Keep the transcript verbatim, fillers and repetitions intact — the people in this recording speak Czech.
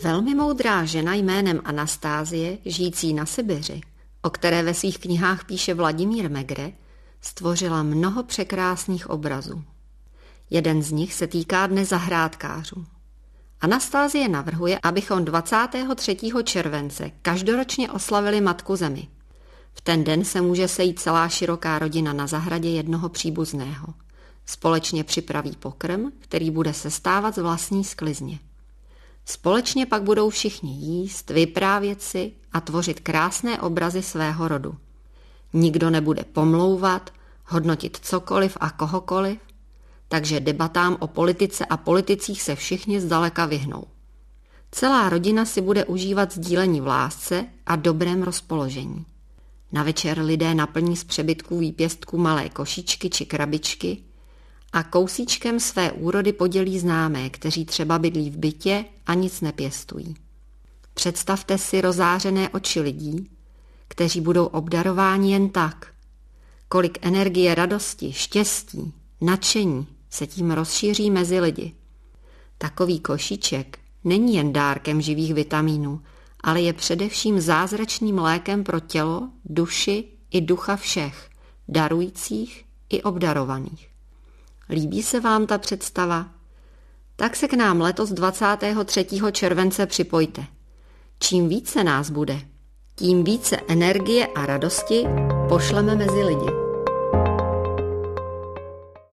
Velmi moudrá žena jménem Anastázie, žijící na Sibiři, o které ve svých knihách píše Vladimír Megre, stvořila mnoho překrásných obrazů. Jeden z nich se týká Dne zahrádkářů. Anastázie navrhuje, abychom dvacátého třetího července každoročně oslavili Matku Zemi. V ten den se může sejít celá široká rodina na zahradě jednoho příbuzného. Společně připraví pokrm, který bude sestávat z vlastní sklizně. Společně pak budou všichni jíst, vyprávět si a tvořit krásné obrazy svého rodu. Nikdo nebude pomlouvat, hodnotit cokoliv a kohokoliv, takže debatám o politice a politicích se všichni zdaleka vyhnou. Celá rodina si bude užívat sdílení v lásce a dobrém rozpoložení. Na večer lidé naplní z přebytků výpěstků malé košíčky či krabičky a kousíčkem své úrody podělí známé, kteří třeba bydlí v bytě a nic nepěstují. Představte si rozářené oči lidí, kteří budou obdarováni jen tak. Kolik energie, radosti, štěstí, nadšení se tím rozšíří mezi lidi. Takový košíček není jen dárkem živých vitamínů, ale je především zázračným lékem pro tělo, duši i ducha všech, darujících i obdarovaných. Líbí se vám ta představa? Tak se k nám letos dvacátého třetího července připojte. Čím více nás bude, tím více energie a radosti pošleme mezi lidi.